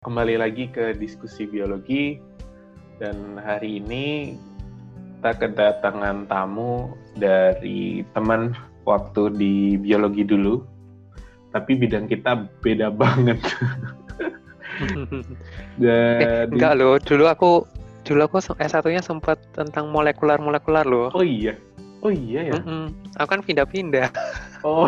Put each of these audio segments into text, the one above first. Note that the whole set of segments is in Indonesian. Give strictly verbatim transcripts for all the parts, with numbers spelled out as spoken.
Kembali lagi ke diskusi biologi, dan hari ini kita kedatangan tamu dari teman waktu di biologi dulu, tapi bidang kita beda banget. eh, enggak loh, dulu aku dulu aku S satu-nya sempat tentang molekular-molekular loh. Oh iya, oh iya ya. Mm-mm. Aku kan pindah-pindah. Oh,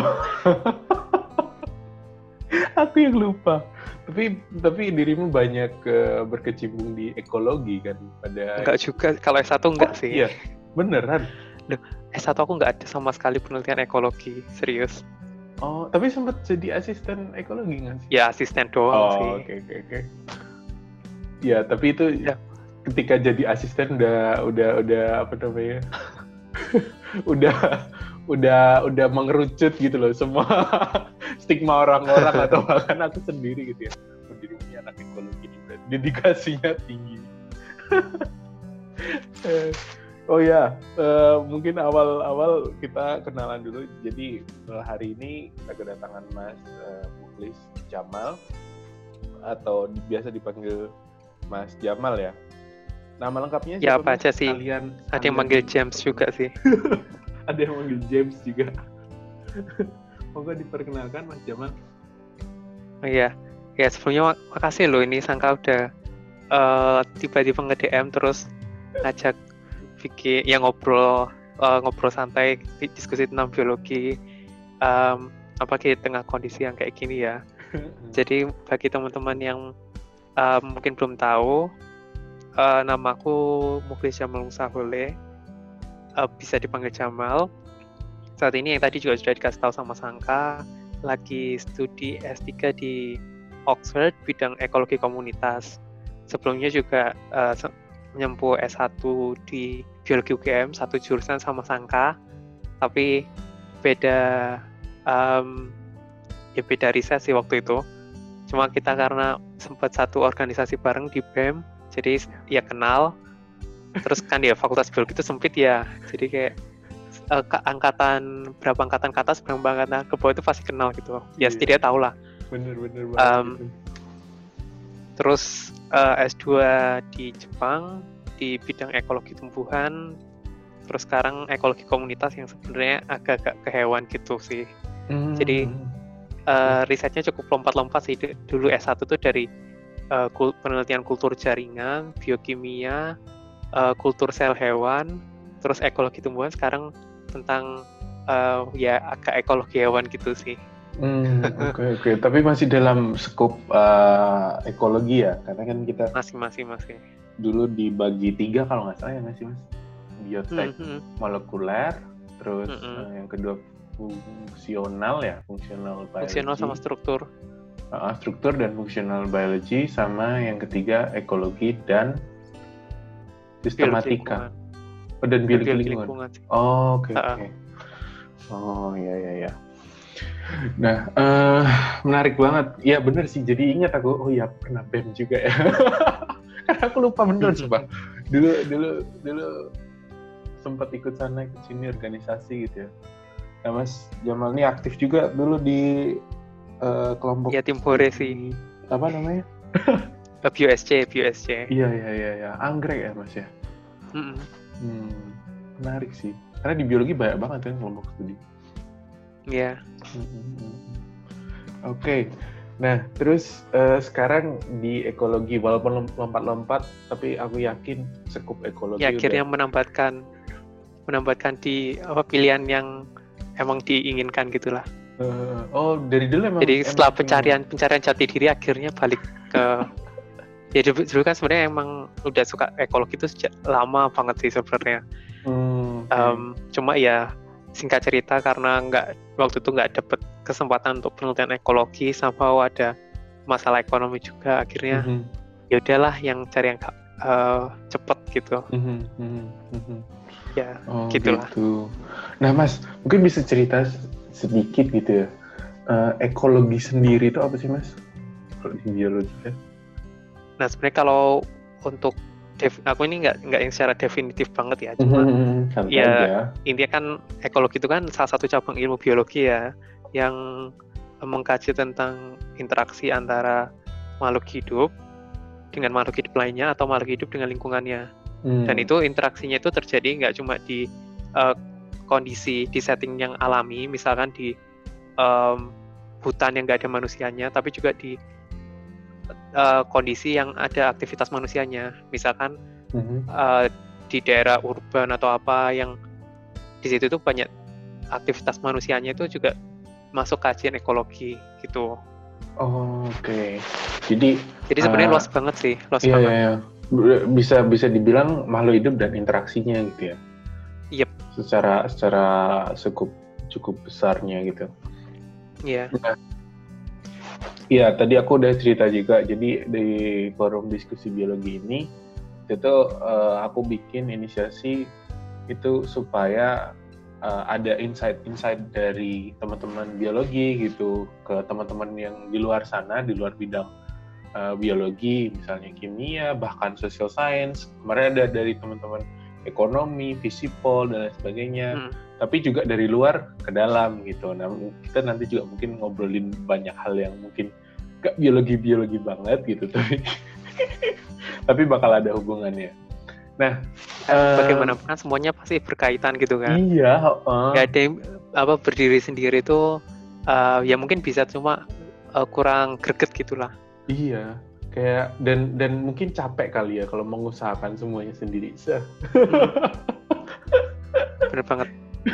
aku yang lupa. Tapi tapi dirimu banyak uh, berkecimpung di ekologi kan pada. Enggak juga, kalau S satu enggak Oh, sih. iya, beneran. Loh, S satu aku enggak ada sama sekali penelitian ekologi, serius. Oh, tapi sempat jadi asisten ekologi nggak sih? Ya asisten doang oh, sih. Oh, oke oke oke. Ya, tapi itu ya. Ketika jadi asisten udah udah udah apa namanya? udah udah udah mengerucut gitu loh semua stigma orang-orang atau bahkan aku sendiri gitu ya. Menjadi punya anak ekologi ini, dedikasinya tinggi. Oh ya, uh, mungkin awal-awal kita kenalan dulu. Jadi hari ini kita kedatangan Mas uh, Mukhlis Jamal atau biasa dipanggil Mas Jamal ya. Nama lengkapnya ya siapa? Apa aja sih? Kalian, ada kalian... yang manggil James juga sih. Ada yang manggil James juga. Moga diperkenalkan Mas Jamal. Oh iya, ya sebelumnya mak- makasih loh ini Sangka udah uh, tiba-tiba nge-D M terus ngajak bikin yang ngobrol uh, ngobrol santai diskusi tentang biologi, um, apa di tengah kondisi yang kayak gini ya. Jadi bagi teman-teman yang uh, mungkin belum tahu, uh, namaku Mukhlis Jamal Musahole, uh, bisa dipanggil Jamal. Saat ini yang tadi juga sudah dikasih tahu sama Sangka, lagi studi S tiga di Oxford bidang ekologi komunitas. Sebelumnya juga uh, menyempuh S satu di biologi U G M, satu jurusan sama Sangka, tapi beda um, ya beda riset sih waktu itu. Cuma kita karena sempat satu organisasi bareng di B E M, jadi ya kenal. Terus kan ya fakultas biologi itu sempit ya, jadi kayak uh, angkatan berapa angkatan ke atas, berapa angkatan ke bawah itu pasti kenal gitu. Ya setidaknya tahu lah. Bener-bener banget. Um, gitu. Terus uh, S dua di Jepang di bidang ekologi tumbuhan. Terus sekarang ekologi komunitas yang sebenarnya agak-agak ke hewan gitu sih. Hmm. Jadi uh, risetnya cukup lompat-lompat sih. Dulu S satu tuh dari uh, kul- penelitian kultur jaringan, biokimia, uh, kultur sel hewan, terus ekologi tumbuhan. Sekarang tentang uh, ya agak ekologi hewan gitu sih. Hmm, oke okay, oke. Okay. Tapi masih dalam skop uh, ekologi ya, karena kan kita masih masih masih. Dulu dibagi tiga kalau nggak salah ya nggak sih Mas? Biotek, mm-hmm. molekuler, terus mm-hmm. uh, yang kedua fungsional ya, fungsional biology. Fungsional sama struktur. Uh, struktur dan fungsional biology, sama yang ketiga ekologi dan sistematika. Oh, dan biologi, biologi lingkungan. lingkungan oh oke okay, oke. Okay. Oh iya iya iya. Nah, uh, menarik banget. Ya bener sih, jadi ingat aku, oh ya pernah B E M juga ya. Karena aku lupa bener coba. Dulu dulu dulu sempat ikut sana ikut sini organisasi gitu ya. Nah Mas Jamal ini aktif juga dulu di uh, kelompok. Ya tim Hore sih. Apa namanya? B U S C, B U S C. Iya iya iya ya, anggrek ya Mas ya. Mm-mm. Hmm, menarik sih. Karena di biologi banyak banget kan kelompok studi. Iya. Yeah. Mm-hmm. Oke, okay. Nah terus uh, sekarang di ekologi walaupun lompat-lompat, tapi aku yakin sekup ekologi. Ya akhirnya udah... menambahkan, menambahkan di apa pilihan yang emang diinginkan gitulah. Uh, oh dari dulu emang. Jadi setelah emang pencarian ingin. pencarian jati diri akhirnya balik ke. Ya dulu, dulu kan sebenarnya emang udah suka ekologi itu sejak lama banget sih sebenarnya. Hmm, okay. um, cuma ya singkat cerita karena nggak waktu itu nggak dapet kesempatan untuk penelitian ekologi sampai ada masalah ekonomi juga, akhirnya mm-hmm. ya udahlah yang cari yang uh, cepet gitu. Mm-hmm. Mm-hmm. Ya oh, gitulah. Gitu. Nah Mas mungkin bisa cerita sedikit gitu ya, uh, ekologi sendiri itu apa sih Mas kalau di biologi kan? Nah sebenarnya kalau untuk Dev, aku ini nggak nggak yang secara definitif banget ya, cuma mm-hmm, ya aja. Intinya kan ekologi itu kan salah satu cabang ilmu biologi ya, yang mengkaji tentang interaksi antara makhluk hidup dengan makhluk hidup lainnya atau makhluk hidup dengan lingkungannya. Hmm. Dan itu interaksinya itu terjadi nggak cuma di uh, kondisi di setting yang alami, misalkan di um, hutan yang nggak ada manusianya, tapi juga di uh, kondisi yang ada aktivitas manusianya, misalkan Mm-hmm. uh, di daerah urban atau apa yang di situ tuh banyak aktivitas manusianya, itu juga masuk kajian ekologi gitu. Oh, oke. Okay. Jadi jadi sebenarnya uh, luas banget sih, luas iya, banget. Iya, iya. Bisa bisa dibilang makhluk hidup dan interaksinya gitu ya. Yep. Secara secara cukup cukup besarnya gitu. Iya. Yeah. Iya, tadi aku udah cerita juga. Jadi di forum diskusi biologi ini itu uh, aku bikin inisiasi itu supaya uh, ada insight-insight dari teman-teman biologi gitu ke teman-teman yang di luar sana, di luar bidang uh, biologi, misalnya kimia, bahkan social science. Kemarin ada dari teman-teman ekonomi, visipol dan lain sebagainya. Hmm. Tapi juga dari luar ke dalam gitu. Nah, kita nanti juga mungkin ngobrolin banyak hal yang mungkin gak biologi-biologi banget gitu, tapi tapi bakal ada hubungannya. Nah, bagaimana kan semuanya pasti berkaitan gitu kan? Iya. Uh. Gak ada yang apa berdiri sendiri itu uh, ya mungkin bisa cuma uh, kurang greget gitulah. Iya. Kayak dan dan mungkin capek kali ya kalau mengusahakan semuanya sendiri. Hmm. Bener banget.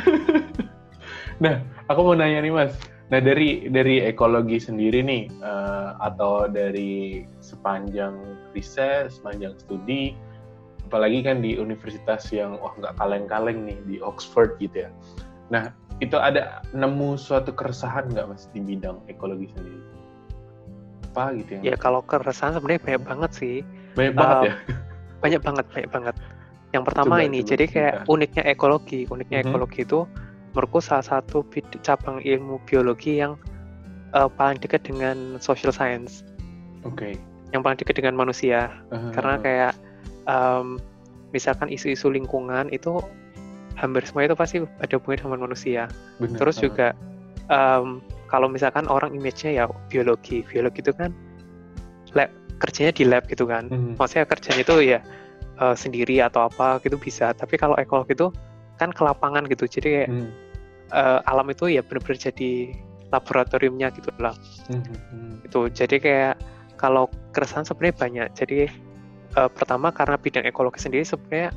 Nah, aku mau nanya nih Mas. Nah, dari dari ekologi sendiri nih, uh, atau dari sepanjang riset, sepanjang studi, apalagi kan di universitas yang wah nggak kaleng-kaleng nih, di Oxford gitu ya. Nah, itu ada nemu suatu keresahan nggak Mas di bidang ekologi sendiri? Apa gitu yang? Ya kalau keresahan sebenarnya banyak banget sih. Banyak uh, banget ya? Banyak banget, banyak banget. Yang pertama coba, ini, coba jadi kayak kita. uniknya ekologi. Uniknya mm-hmm. ekologi itu menurutku salah satu cabang ilmu biologi yang uh, paling dekat dengan social science. Oke. Okay. Yang paling dekat dengan manusia. Uh-huh. Karena kayak um, misalkan isu-isu lingkungan itu hampir semua itu pasti ada hubungannya dengan manusia. Bener. Terus uh-huh. juga um, kalau misalkan orang image-nya ya biologi. Biologi itu kan lab, kerjanya di lab gitu kan. Uh-huh. Maksudnya kerjanya itu ya uh, sendiri atau apa gitu bisa. Tapi kalau ekologi itu kan ke lapangan gitu, jadi kayak hmm. uh, alam itu ya benar-benar jadi laboratoriumnya gitu lah. Hmm. Itu jadi kayak kalau keresahan sebenarnya banyak. Jadi uh, pertama karena bidang ekologi sendiri sebenarnya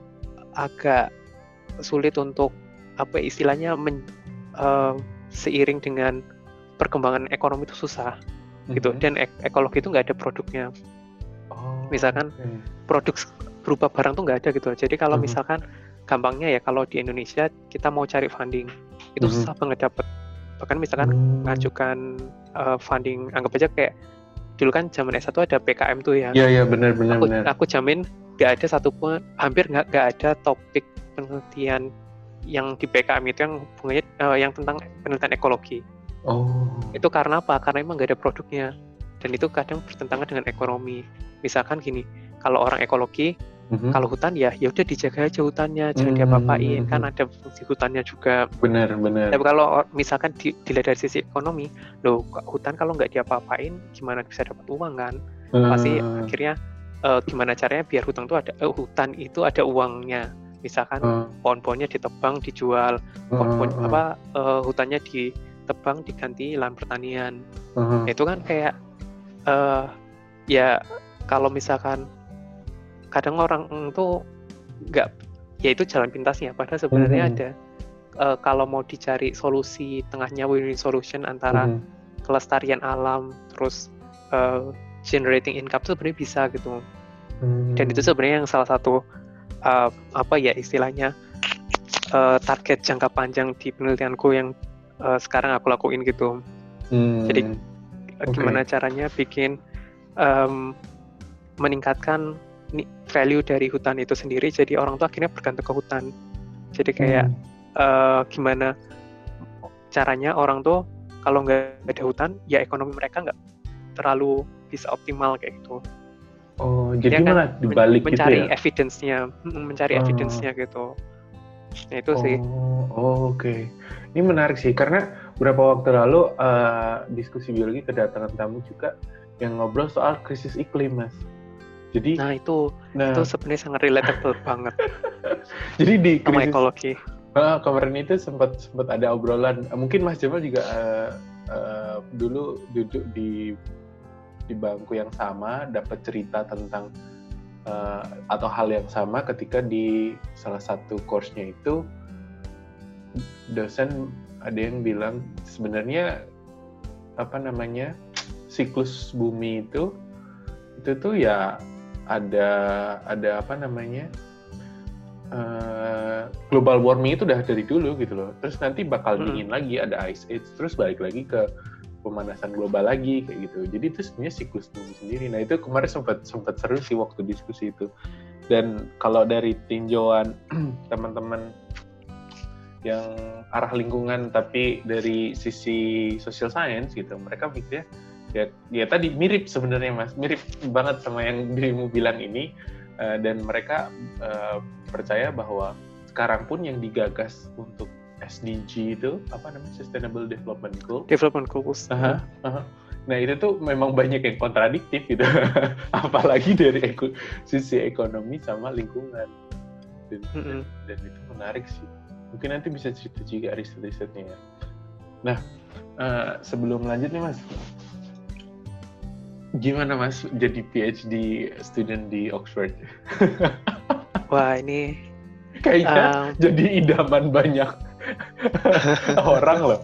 agak sulit untuk apa istilahnya men, uh, seiring dengan perkembangan ekonomi itu susah hmm. gitu. Dan ek- ekologi itu nggak ada produknya. Oh, misalkan okay. produk berupa barang tuh nggak ada gitu. Jadi kalau hmm. misalkan gampangnya ya kalau di Indonesia kita mau cari funding itu mm-hmm. susah banget dapet. Bahkan misalkan mm. mengajukan uh, funding, anggap aja kayak dulu kan zaman S satu ada P K M tuh ya. Iya iya benar benar aku, benar. Aku jamin nggak ada satupun, hampir nggak nggak ada topik penelitian yang di P K M itu yang hubungannya uh, yang tentang penelitian ekologi. Oh. Itu karena apa? Karena emang nggak ada produknya dan itu kadang bertentangan dengan ekonomi. Misalkan gini, kalau orang ekologi Mm-hmm. kalau hutan ya ya udah dijaga aja hutannya, jangan mm-hmm. diapa-apain, kan ada fungsi hutannya juga. Benar benar. Tapi kalau misalkan di, dilihat dari sisi ekonomi, loh hutan kalau nggak diapa-apain gimana bisa dapat uang kan? Uh. Pasti akhirnya uh, gimana caranya biar hutan itu ada uh, hutan itu ada uangnya. Misalkan uh. pohon-pohonnya ditebang dijual, pohon-pohon uh, uh. apa uh, hutannya ditebang diganti lahan pertanian. Uh. Itu kan kayak uh, ya kalau misalkan kadang orang tuh nggak, ya itu jalan pintasnya. Padahal sebenarnya mm-hmm. ada uh, kalau mau dicari solusi tengahnya, win-win solution antara mm-hmm. kelestarian alam terus uh, generating income itu sebenarnya bisa gitu. Mm-hmm. Dan itu sebenarnya yang salah satu uh, apa ya istilahnya uh, target jangka panjang di penelitianku yang uh, sekarang aku lakuin gitu. Mm-hmm. Jadi okay. gimana caranya bikin um, meningkatkan value dari hutan itu sendiri, jadi orang tuh akhirnya bergantung ke hutan. Jadi kayak hmm. uh, gimana caranya orang tuh kalau nggak ada hutan ya ekonomi mereka nggak terlalu bisa optimal kayak gitu. Oh, jadi malah dibalik men- mencari gitu ya? evidence-nya, mencari oh. evidence-nya gitu. Nah itu oh, sih. Oh oke, okay. Ini menarik sih karena beberapa waktu lalu uh, diskusi biologi kedatangan tamu juga yang ngobrol soal krisis iklim, Mas. Jadi nah itu nah, itu sebenarnya sangat relatable banget. Jadi di sama ekologi. Uh, kemarin itu sempat sempat ada obrolan. Mungkin Mas Jamal juga uh, uh, dulu duduk di di bangku yang sama, dapat cerita tentang uh, atau hal yang sama ketika di salah satu course-nya itu dosen ada yang bilang sebenarnya apa namanya siklus bumi itu itu tuh ya ada ada apa namanya Uh, global warming itu udah dari dulu gitu loh. Terus nanti bakal dingin hmm. lagi, ada ice age, terus balik lagi ke pemanasan global lagi kayak gitu. Jadi itu sebenarnya siklus bumi sendiri. Nah itu kemarin sempat sempat seru sih waktu diskusi itu. Dan kalau dari tinjauan teman-teman yang arah lingkungan tapi dari sisi social science gitu, mereka pikirnya ya, ya tadi mirip sebenarnya Mas, mirip banget sama yang dirimu bilang ini. Uh, dan mereka uh, percaya bahwa sekarang pun yang digagas untuk S D G itu apa namanya Sustainable Development Goals. Development Goals. Uh-huh, uh-huh. Nah itu tuh memang banyak yang kontradiktif gitu, apalagi dari eko- sisi ekonomi sama lingkungan. Dan, mm-hmm. dan, dan itu menarik sih. Mungkin nanti bisa cerita juga riset-risetnya ya. Nah uh, sebelum lanjut nih Mas. Gimana Mas jadi PhD student di Oxford? Wah ini kayaknya um, jadi idaman banyak orang loh.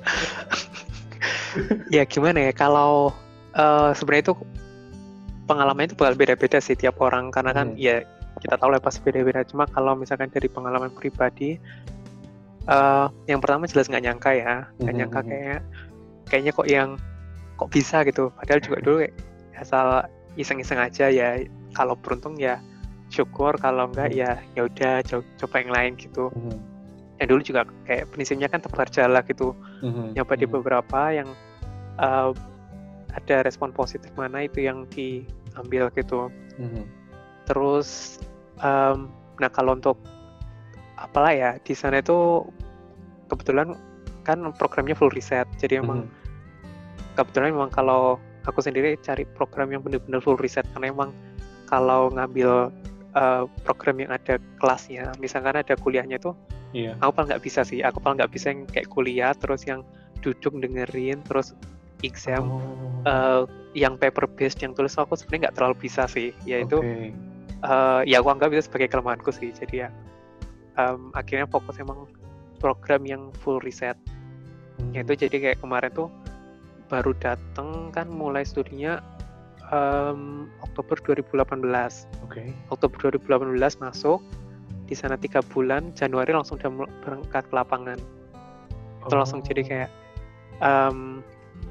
Ya gimana ya kalau uh, sebenarnya itu pengalamannya itu bakal beda-beda sih tiap orang karena kan hmm. ya kita tahu lah pasti beda-beda. Cuma kalau misalkan dari pengalaman pribadi, uh, yang pertama jelas nggak nyangka ya, nggak hmm. nyangka kayak kayaknya kok yang kok bisa gitu. Padahal juga dulu kayak asal iseng-iseng aja ya, kalau beruntung ya syukur, kalau enggak ya ya udah coba yang lain gitu. Mm-hmm. Dan dulu juga kayak prinsipnya kan tebar jala gitu, mm-hmm. nyoba di beberapa yang uh, ada respon positif mana itu yang diambil gitu. Mm-hmm. Terus um, nah kalau untuk apalah ya di sana itu kebetulan kan programnya full riset, jadi emang mm-hmm. kebetulan memang kalau aku sendiri cari program yang benar-benar full riset karena emang kalau ngambil uh, program yang ada kelasnya, misalkan ada kuliahnya tuh, yeah. aku paling nggak bisa sih, aku paling nggak bisa yang kayak kuliah terus yang duduk dengerin terus exam oh. uh, yang paper based yang tulis aku sebenarnya nggak terlalu bisa sih, yaitu okay. uh, ya aku anggap itu sebagai kelemahanku sih, jadi ya um, akhirnya fokus emang program yang full riset, hmm. yaitu jadi kayak kemarin tuh baru datang kan mulai studinya um, Oktober dua ribu delapan belas. Oke. Okay. Oktober dua ribu delapan belas masuk di sana tiga bulan, Januari langsung udah berangkat ke lapangan. Oh. Itu langsung jadi kayak um,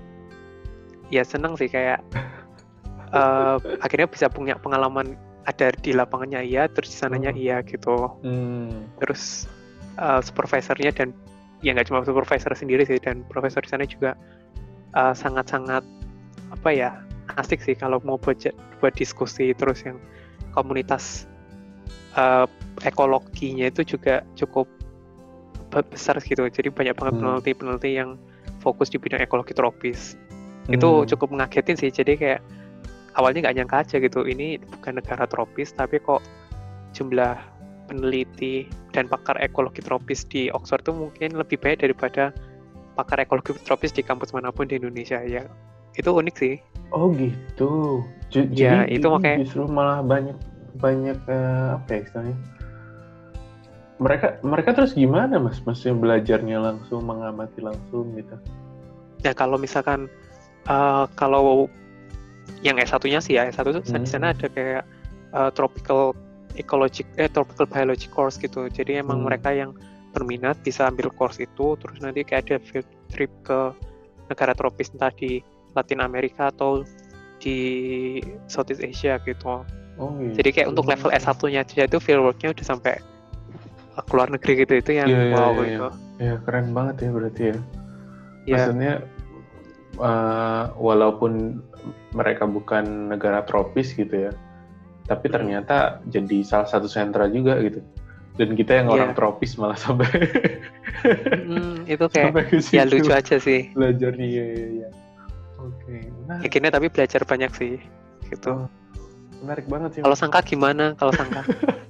ya seneng sih kayak uh, akhirnya bisa punya pengalaman ada di lapangannya iya, terus di sananya oh. iya gitu. Hmm. Terus uh, supervisornya dan ya nggak cuma supervisor sendiri sih, dan profesor di sana juga Uh, sangat-sangat apa ya asik sih kalau mau buat buat diskusi, terus yang komunitas uh, ekologinya itu juga cukup besar gitu, jadi banyak banget hmm. peneliti-peneliti yang fokus di bidang ekologi tropis. hmm. Itu cukup mengagetin sih, jadi kayak awalnya nggak nyangka aja gitu, ini bukan negara tropis tapi kok jumlah peneliti dan pakar ekologi tropis di Oxford itu mungkin lebih banyak daripada pakar ekologi tropis di kampus manapun di Indonesia ya. Itu unik sih. Oh gitu. J- ya, jadi itu makanya justru malah banyak banyak uh, apa ya istilahnya? Mereka mereka terus gimana Mas? Maksudnya belajarnya langsung, mengamati langsung gitu. Ya kalau misalkan uh, kalau yang S satu-nya sih ya, S satu itu hmm. di sana ada kayak uh, tropical ecology eh tropical biology course gitu. Jadi emang hmm. mereka yang berminat bisa ambil course itu, terus nanti kayak ada field trip ke negara tropis entah di Latin Amerika atau di Southeast Asia gitu. Oh, gitu. Jadi kayak untuk level S satu-nya aja itu fieldwork-nya udah sampai ke luar negeri gitu, itu yang yeah, wow yeah, gitu. Ya yeah, keren banget ya berarti ya. Yeah. Maksudnya uh, walaupun mereka bukan negara tropis gitu ya, tapi hmm. ternyata jadi salah satu sentra juga gitu. Dan kita yang yeah. orang tropis malah sampai hmm, itu kayak ya lucu aja sih belajarnya. Ya, ya, ya. Oke. Okay. Nah. Akhirnya tapi belajar banyak sih gitu. Oh, menarik banget sih. Kalau Sangka gimana? Kalau Sangka?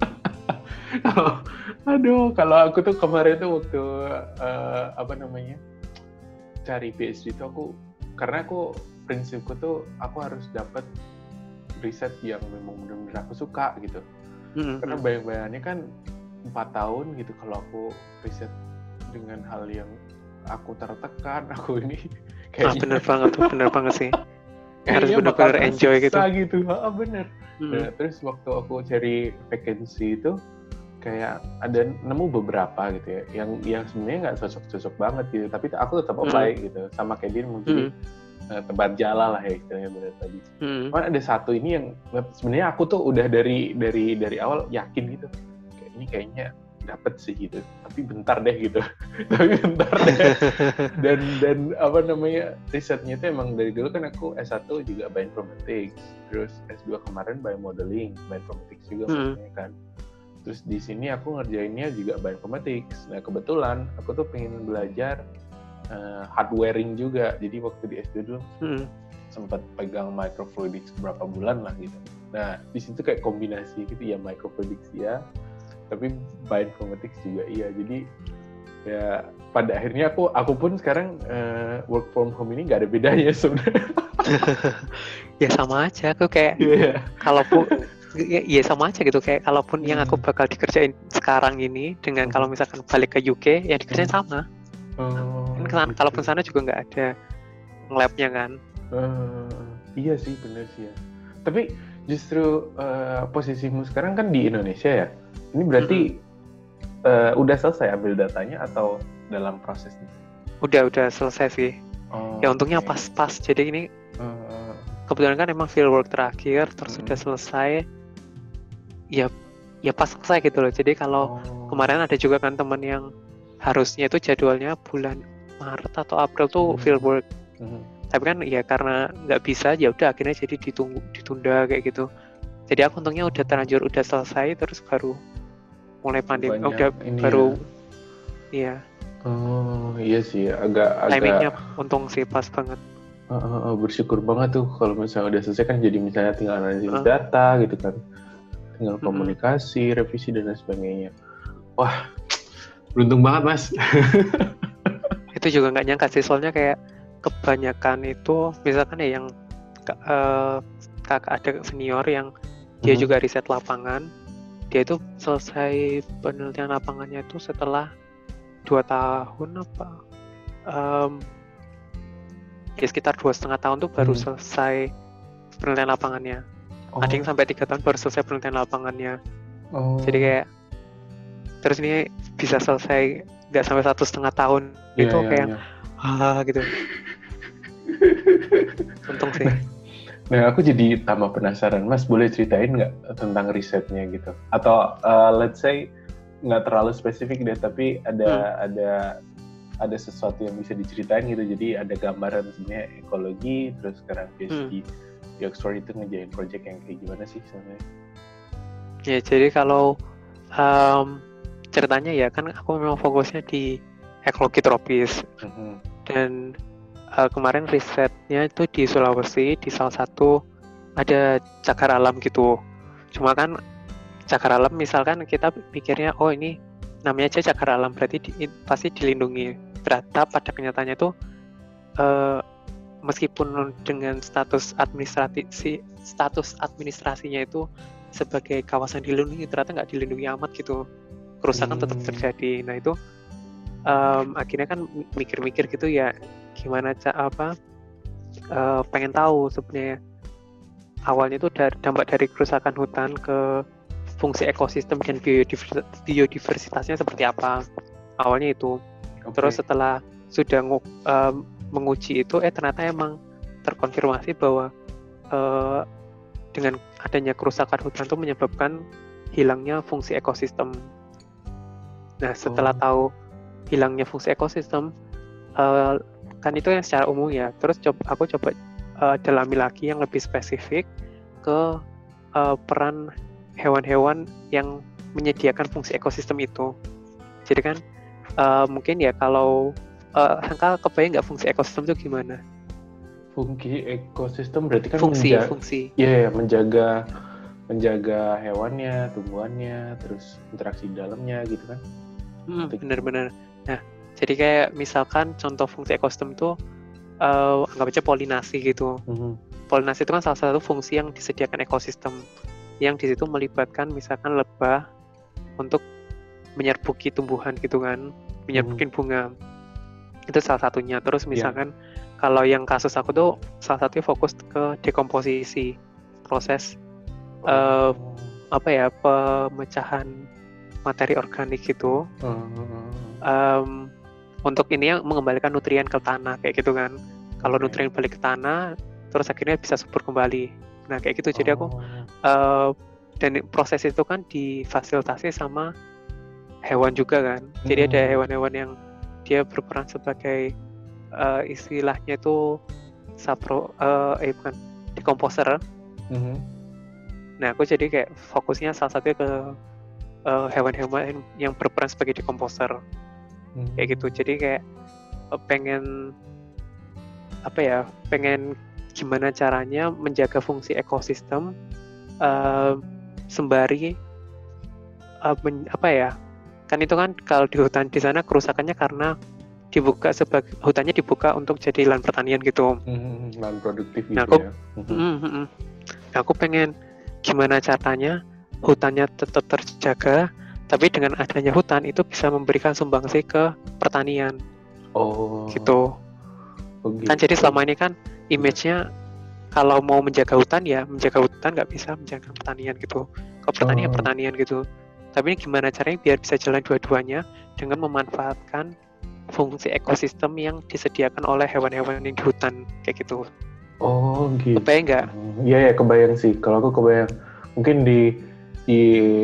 Oh, aduh, kalau aku tuh kemarin tuh waktu uh, apa namanya cari P H D itu aku karena aku prinsipku tuh aku harus dapat riset yang memang benar-benar aku suka gitu. Mm-hmm. Karena bayang-bayangannya kan empat tahun gitu kalau aku riset dengan hal yang aku tertekan, aku ini kayaknya ah, bener banget tuh, bener banget sih. Harus benar-benar enjoy gitu. gitu. Ah, bener. Mm-hmm. Nah, terus waktu aku cari vacancy itu kayak ada nemu beberapa gitu ya yang yang sebenarnya nggak cocok-cocok banget gitu, tapi aku tetap apply mm. gitu sama kayak dia mungkin mm. uh, tempat jala lah ya istilahnya benar tadi. Mm. Cuman ada satu ini yang sebenarnya aku tuh udah dari dari dari awal yakin gitu kayak ini kayaknya dapet sih gitu, tapi bentar deh gitu, tapi bentar deh. dan dan apa namanya risetnya itu emang dari dulu kan aku S satu juga bioinformatics, terus S dua kemarin biomodeling, bioinformatics juga mm. maksudnya kan. Terus di sini aku ngerjainnya juga bioinformatics. Nah kebetulan aku tuh pengen belajar uh, hardwaring juga. Jadi waktu di S dua dulu hmm. sempat pegang microfluidics beberapa bulan lah gitu. Nah di situ kayak kombinasi gitu ya, microfluidics ya, tapi bioinformatics juga iya. Jadi ya pada akhirnya aku aku pun sekarang uh, work from home ini nggak ada bedanya sebenarnya. Ya sama aja. Aku kayak yeah. kalaupun Ya, ya sama aja gitu kayak kalaupun hmm. yang aku bakal dikerjain sekarang ini dengan hmm. kalau misalkan balik ke U K ya dikerjain hmm. sama. Oh, kan gitu. Kalaupun sana juga nggak ada lab-nya kan. Uh, iya sih benar sih ya. Tapi justru uh, posisimu sekarang kan di Indonesia ya. Ini berarti mm-hmm. uh, udah selesai ambil datanya atau dalam prosesnya? Udah udah selesai sih. Oh, ya untungnya okay. pas-pas. Jadi ini uh, kebetulan kan emang fieldwork terakhir terus sudah uh-huh. selesai. Ya, ya pas selesai gitu loh. Jadi kalau oh. kemarin ada juga kan teman yang harusnya itu jadwalnya bulan Maret atau April tuh mm-hmm. fieldwork. Mm-hmm. Tapi kan ya karena nggak bisa, ya udah akhirnya jadi ditunggu, ditunda kayak gitu. Jadi aku untungnya udah terlanjur, udah selesai terus baru mulai pandemi. Oh, udah baru, ya. iya. Oh iya sih, agak agak. Timingnya untung sih pas banget. Uh, uh, uh, bersyukur banget tuh kalau misalnya udah selesai kan jadi misalnya tinggal analisis uh. data gitu kan. Tinggal komunikasi, mm-hmm. revisi dan lain sebagainya. Wah, beruntung banget mas. Itu juga nggak nyangka sih, soalnya kayak kebanyakan itu, misalkan ya yang uh, kakak ada senior yang dia mm-hmm. juga riset lapangan, dia itu selesai penelitian lapangannya itu setelah dua tahun apa? Um, ya sekitar dua setengah tahun tuh baru mm-hmm. selesai penelitian lapangannya. Oh. Ada yang sampai tiga tahun baru selesai penelitian lapangannya. Oh. Jadi kayak terus ini bisa selesai nggak sampai satu setengah tahun yeah, itu yeah, kayak yeah. ah gitu. Untung sih. Nah aku jadi tambah penasaran, Mas boleh ceritain nggak tentang risetnya gitu? Atau uh, let's say nggak terlalu spesifik deh, tapi ada hmm. ada ada sesuatu yang bisa diceritain gitu. Jadi ada gambaran sebenarnya ekologi, terus sekarang P H D. Hmm. Di Oxford itu ngejain project yang kayak gimana sih sebenarnya? Ya jadi kalau um, ceritanya ya kan aku memang fokusnya di ekologi tropis mm-hmm. dan uh, kemarin risetnya itu di Sulawesi di salah satu ada cagar alam gitu. Cuma kan cagar alam misalkan kita pikirnya oh ini namanya aja cagar alam berarti di, pasti dilindungi. Ternyata pada kenyataannya itu uh, meskipun dengan status administrasi status administrasinya itu sebagai kawasan dilindungi ternyata nggak dilindungi amat gitu, kerusakan hmm. tetap terjadi. Nah itu um, akhirnya kan mikir-mikir gitu ya gimana apa uh, pengen tahu sebenarnya awalnya itu dari, dampak dari kerusakan hutan ke fungsi ekosistem dan biodivers, biodiversitasnya seperti apa awalnya itu. Okay. Terus setelah sudah um, menguji itu, eh ternyata emang terkonfirmasi bahwa eh, dengan adanya kerusakan hutan itu menyebabkan hilangnya fungsi ekosistem. Nah setelah oh. tahu hilangnya fungsi ekosistem, eh, kan itu yang secara umum ya. Terus coba, aku coba eh, dalami lagi yang lebih spesifik ke eh, peran hewan-hewan yang menyediakan fungsi ekosistem itu. Jadi kan eh, mungkin ya kalau Uh, Sangka kebayang nggak fungsi ekosistem itu gimana? Fungsi ekosistem berarti kan fungsi, menja- fungsi. Ya, yeah, menjaga menjaga hewannya, tumbuhannya, terus interaksi di dalamnya gitu kan. Hmm, benar-benar. Nah, jadi kayak misalkan contoh fungsi ekosistem itu uh, anggap aja polinasi gitu. Mm-hmm. Polinasi itu kan salah satu fungsi yang disediakan ekosistem, yang di situ melibatkan misalkan lebah untuk menyerbuki tumbuhan gitu kan, menyerbukin mm-hmm. bunga. Itu salah satunya. Terus misalkan yeah. kalau yang kasus aku tuh salah satunya fokus ke dekomposisi, proses oh. uh, apa ya pemecahan materi organik gitu. Uh-huh. Um, untuk ini yang mengembalikan nutrien ke tanah kayak gitu kan. Kalau okay. nutrien balik ke tanah, terus akhirnya bisa subur kembali. Nah kayak gitu. Jadi oh. aku uh, dan proses itu kan difasilitasi sama hewan juga kan. Jadi hmm. ada hewan-hewan yang dia berperan sebagai uh, istilahnya itu sapro, uh, eh bukan dekomposer. Hmm. Nah aku jadi kayak fokusnya salah satunya ke Uh, hewan-hewan yang berperan sebagai dekomposer hmm. kayak gitu. Jadi kayak uh, pengen apa ya pengen gimana caranya menjaga fungsi ekosistem uh, sembari uh, men, apa ya kan itu kan kalau di hutan di sana kerusakannya karena dibuka sebagai hutannya dibuka untuk jadi lahan pertanian gitu. Hmm, lahan produktif gitu nah, aku, ya. Hmm. Mm, mm, mm. Nah, aku pengen gimana caranya hutannya tetap terjaga, tapi dengan adanya hutan itu bisa memberikan sumbangsi ke pertanian. Oh. Gitu. Oh, gitu. Kan jadi selama ini kan image-nya kalau mau menjaga hutan ya menjaga hutan nggak bisa menjaga pertanian gitu. Kalau pertanian oh. pertanian gitu. Tapi ini gimana caranya biar bisa jalan dua-duanya dengan memanfaatkan fungsi ekosistem yang disediakan oleh hewan-hewan yang di hutan kayak gitu. Oh gitu. Kebayang nggak? Iya ya kebayang sih. Kalau aku kebayang. Mungkin di di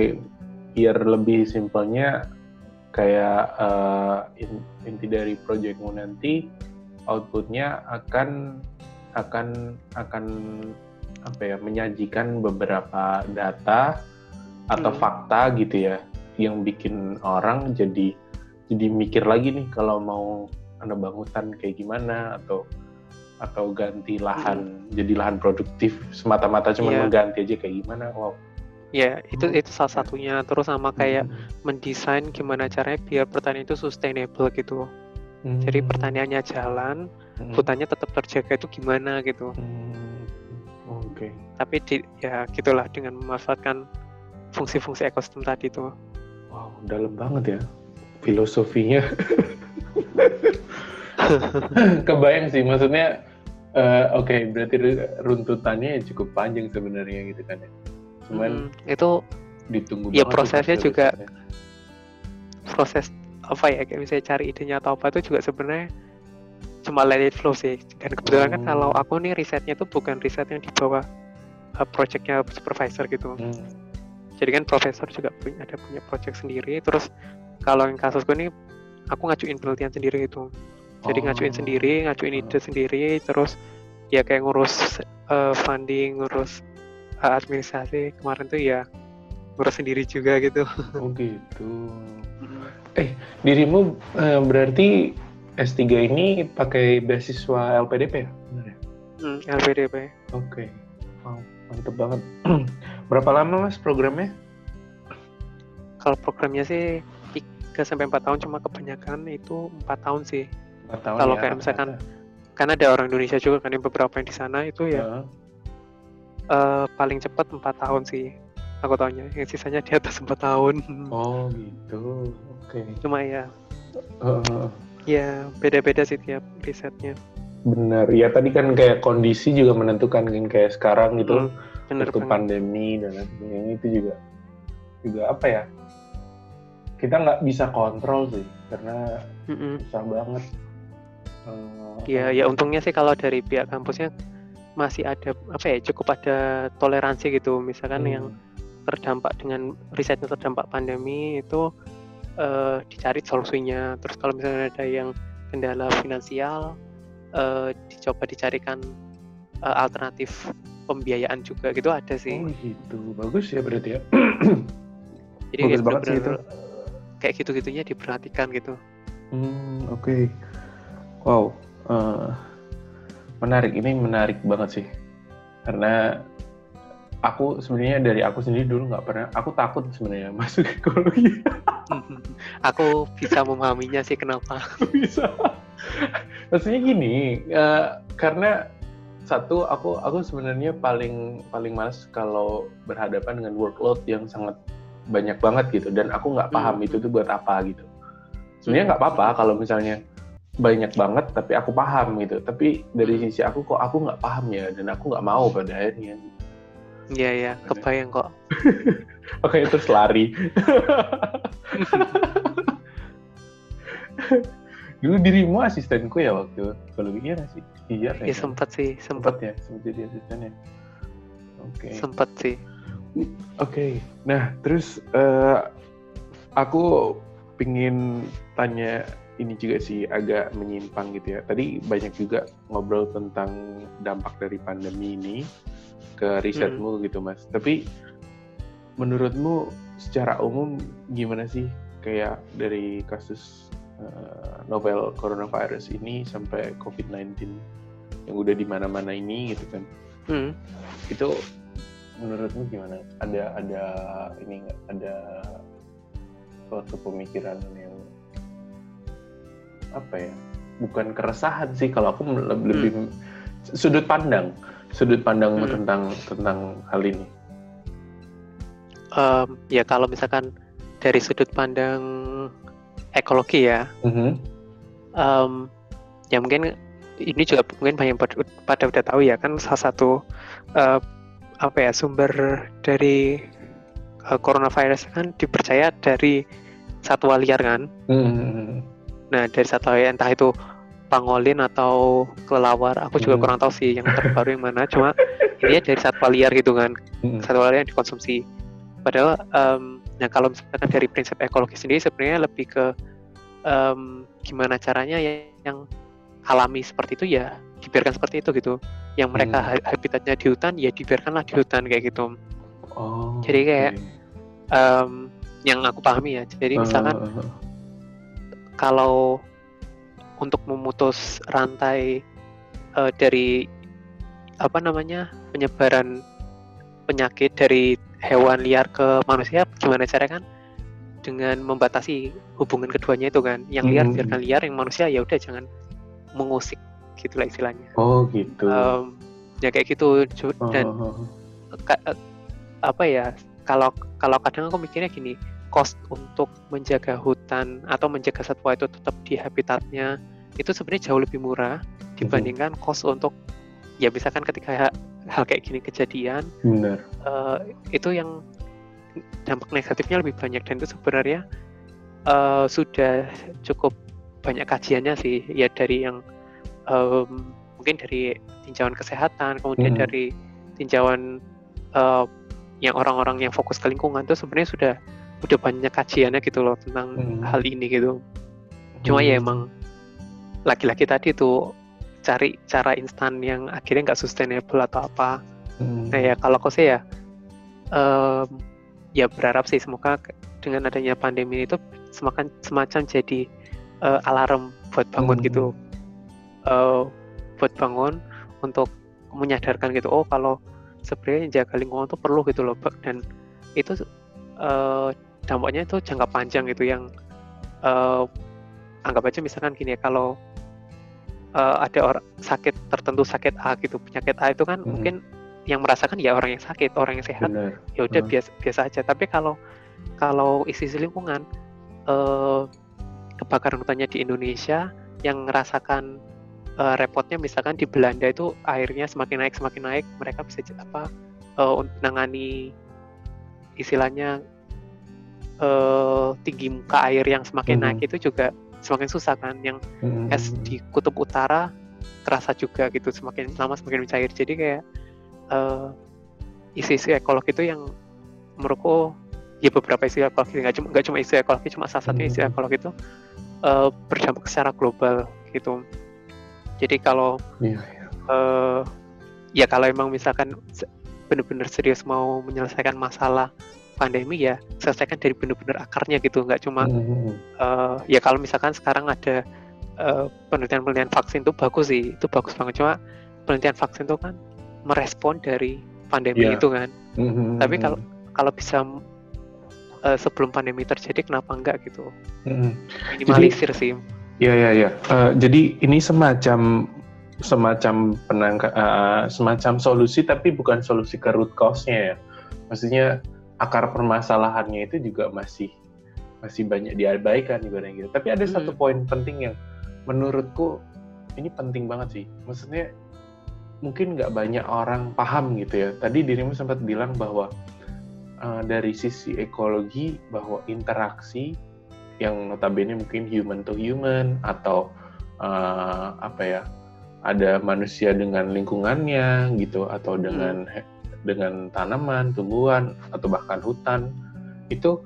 biar lebih simpelnya kayak uh, inti dari proyekmu nanti outputnya akan akan akan apa ya menyajikan beberapa data atau hmm. fakta gitu ya yang bikin orang jadi jadi mikir lagi nih kalau mau menebang hutan kayak gimana atau atau ganti lahan hmm. jadi lahan produktif semata-mata cuma yeah. mengganti aja kayak gimana. Wow. Ya, itu itu salah satunya. Terus sama kayak hmm. mendesain gimana caranya biar pertanian itu sustainable gitu. Hmm. Jadi pertaniannya jalan, hmm. hutannya tetap terjaga itu gimana gitu. Hmm. Oh, Oke. Okay. Tapi di, ya gitulah dengan memanfaatkan fungsi-fungsi ekosistem tadi itu. Wow, dalam banget ya filosofinya. Kebayang sih, maksudnya uh, oke okay, berarti runtutannya cukup panjang sebenarnya gitu kan ya. Cuman hmm, itu ditunggu ya prosesnya juga ya. Proses apa ya kayak misalnya cari idenya atau apa itu juga sebenarnya cuma let it flow sih. Dan kebetulan hmm. kan kalau aku nih risetnya itu bukan riset yang di bawah uh, projectnya supervisor gitu. Hmm. Jadi kan profesor juga punya ada punya project sendiri. Terus kalau yang kasusku nih aku ngajuin penelitian sendiri itu. Jadi oh. ngajuin sendiri, ngajuin ide oh. sendiri. Terus ya kayak ngurus uh, funding, ngurus administrasi kemarin tuh ya ngurus sendiri juga gitu. Oh gitu. Eh dirimu eh, berarti S tiga ini pakai beasiswa L P D P ya? Benar ya? Hmm, L P D P. Oke. Okay. Wow, mantep banget. Berapa lama mas programnya? Kalau programnya sih tiga sampai empat tahun, cuma kebanyakan itu empat tahun sih. empat tahun kalau ya, kayak misalkan kan ada orang Indonesia juga kan yang beberapa yang di sana itu ya. Uh. Uh, paling cepat empat tahun sih aku tahunya, yang sisanya di atas empat tahun. Oh gitu, oke. Okay. Cuma ya, uh, ya beda-beda sih tiap risetnya. Benar, ya tadi kan kayak kondisi juga menentukan kan kayak sekarang gitu, hmm, waktu pandemi dan lain-lain itu juga juga apa ya? Kita nggak bisa kontrol sih karena Mm-mm. susah banget. Iya, uh, ya untungnya sih kalau dari pihak kampusnya masih ada apa ya cukup ada toleransi gitu, misalkan hmm. yang terdampak dengan risetnya terdampak pandemi itu uh, dicari solusinya. Terus kalau misalnya ada yang kendala finansial uh, dicoba dicarikan uh, alternatif pembiayaan juga gitu ada sih. Oh gitu, bagus ya berarti ya. Jadi bagus banget sih itu. Kayak gitu-gitunya diperhatikan gitu. Hmm oke. Okay. Wow. Uh... Menarik, ini menarik banget sih. Karena aku sebenarnya dari aku sendiri dulu nggak pernah, aku takut sebenarnya masuk ekologi. Aku bisa memahaminya sih kenapa. Bisa. Maksudnya gini, uh, karena satu aku aku sebenarnya paling paling malas kalau berhadapan dengan workload yang sangat banyak banget gitu, dan aku nggak paham hmm. itu tuh buat apa gitu. Sebenarnya nggak apa-apa kalau misalnya banyak banget tapi aku paham gitu, tapi dari sisi aku kok aku nggak paham ya, dan aku nggak mau pada akhirnya. Iya ya, kebayang kok. Oke, terus lari. Dulu dirimu asistenku ya waktu kalau iya nggak sih? Iya ya, sempat sih, sempat ya, sempat jadi asistennya. Oke. Okay. Sempat sih. Oke, okay. Nah terus uh, aku pingin tanya ini juga sih, agak menyimpang gitu ya. Tadi banyak juga ngobrol tentang dampak dari pandemi ini ke risetmu hmm. gitu Mas. Tapi menurutmu secara umum gimana sih kayak dari kasus uh, novel coronavirus ini sampai covid sembilan belas yang udah di mana-mana ini gitu kan? Hmm. Itu menurutmu gimana? Ada ada ini nggak? Ada suatu pemikiran yang apa ya? Bukan keresahan sih, kalau aku lebih hmm. sudut pandang, sudut pandangmu hmm. tentang tentang hal ini. Um, ya kalau misalkan dari sudut pandang ekologi ya, mm-hmm. um, ya mungkin ini juga mungkin banyak pada udah tahu ya kan, salah satu uh, apa ya sumber dari uh, coronavirus kan dipercaya dari satwa liar kan. Mm-hmm. Nah dari satwa liar entah itu pangolin atau kelelawar, aku juga mm-hmm. kurang tahu sih yang terbaru yang mana. Cuma ini dari satwa liar gitu kan, mm-hmm. satwa liar yang dikonsumsi. Padahal, um, nah kalau misalkan dari prinsip ekologi sendiri sebenarnya lebih ke um, gimana caranya ya, yang alami seperti itu ya dibiarkan seperti itu gitu. Yang mereka hmm. habitatnya di hutan ya dibiarkanlah di hutan kayak gitu. Oh, jadi kayak okay. um, yang aku pahami ya. Jadi misalkan uh, uh, uh. kalau untuk memutus rantai uh, dari apa namanya penyebaran penyakit dari hewan liar ke manusia, gimana caranya kan? Dengan membatasi hubungan keduanya itu kan. Yang liar hmm. biarkan liar, yang manusia ya udah jangan mengusik gitulah istilahnya. Oh gitu. Um, ya kayak gitu. Dan oh. ka- apa ya? Kalau kalau kadang aku mikirnya gini, cost untuk menjaga hutan atau menjaga satwa itu tetap di habitatnya itu sebenarnya jauh lebih murah dibandingkan hmm. cost untuk ya misalkan ketika hal kayak gini kejadian, benar. Uh, itu yang dampak negatifnya lebih banyak, dan itu sebenarnya uh, sudah cukup banyak kajiannya sih ya, dari yang um, mungkin dari tinjauan kesehatan, kemudian hmm. dari tinjauan uh, yang orang-orang yang fokus ke lingkungan itu sebenarnya sudah udah banyak kajiannya gitu loh tentang hmm. hal ini gitu. Cuma hmm. ya emang lagi-lagi tadi tuh cari cara instan yang akhirnya nggak sustainable atau apa. Hmm. Nah ya kalau aku sih ya um, ya berharap sih semoga dengan adanya pandemi itu semakan semacam jadi uh, alarm buat bangun hmm. gitu, uh, buat bangun untuk menyadarkan gitu, oh kalau sebenarnya jaga lingkungan itu perlu gitu loh, dan itu uh, dampaknya itu jangka panjang gitu, yang uh, anggap aja misalkan gini ya, kalau Uh, ada orang sakit tertentu, sakit A gitu, penyakit A itu kan hmm. mungkin yang merasakan ya orang yang sakit, orang yang sehat ya udah hmm. biasa biasa aja. Tapi kalau kalau isi lingkungan, uh, kebakaran hutannya di Indonesia yang merasakan uh, repotnya misalkan di Belanda itu airnya semakin naik semakin naik, mereka bisa apa uh, menangani istilahnya uh, tinggi muka air yang semakin hmm. naik itu juga semakin susah kan. Yang hmm. es di kutub utara terasa juga gitu, semakin lama semakin mencair. Jadi kayak uh, isu-isu ekologi itu yang menurutku ya beberapa isu ekologi, nggak cuma nggak cuma isu ekologi, cuma salah satunya isu ekologi itu uh, berdampak secara global gitu. Jadi kalau yeah, yeah. Uh, ya kalau emang misalkan benar-benar serius mau menyelesaikan masalah pandemi ya selesaikan dari benar-benar akarnya gitu, nggak cuma mm-hmm. uh, ya kalau misalkan sekarang ada uh, penelitian-penelitian vaksin itu bagus sih, itu bagus banget, cuma penelitian vaksin itu kan merespon dari pandemi yeah. itu kan, Mm-hmm. Tapi kalau kalau bisa uh, sebelum pandemi terjadi, kenapa enggak gitu? Mm-hmm. Minimalisir jadi, sih. Iya iya iya. Uh, jadi ini semacam semacam penangka, uh, semacam solusi, tapi bukan solusi ke root cause-nya ya. Maksudnya akar permasalahannya itu juga masih masih banyak diabaikan ibaratnya gitu. Tapi ada hmm. satu poin penting yang menurutku ini penting banget sih. Maksudnya mungkin nggak banyak orang paham gitu ya. Tadi dirimu sempat bilang bahwa uh, dari sisi ekologi bahwa interaksi yang notabene mungkin human to human atau uh, apa ya, ada manusia dengan lingkungannya gitu, atau dengan hmm. dengan tanaman, tumbuhan, atau bahkan hutan, itu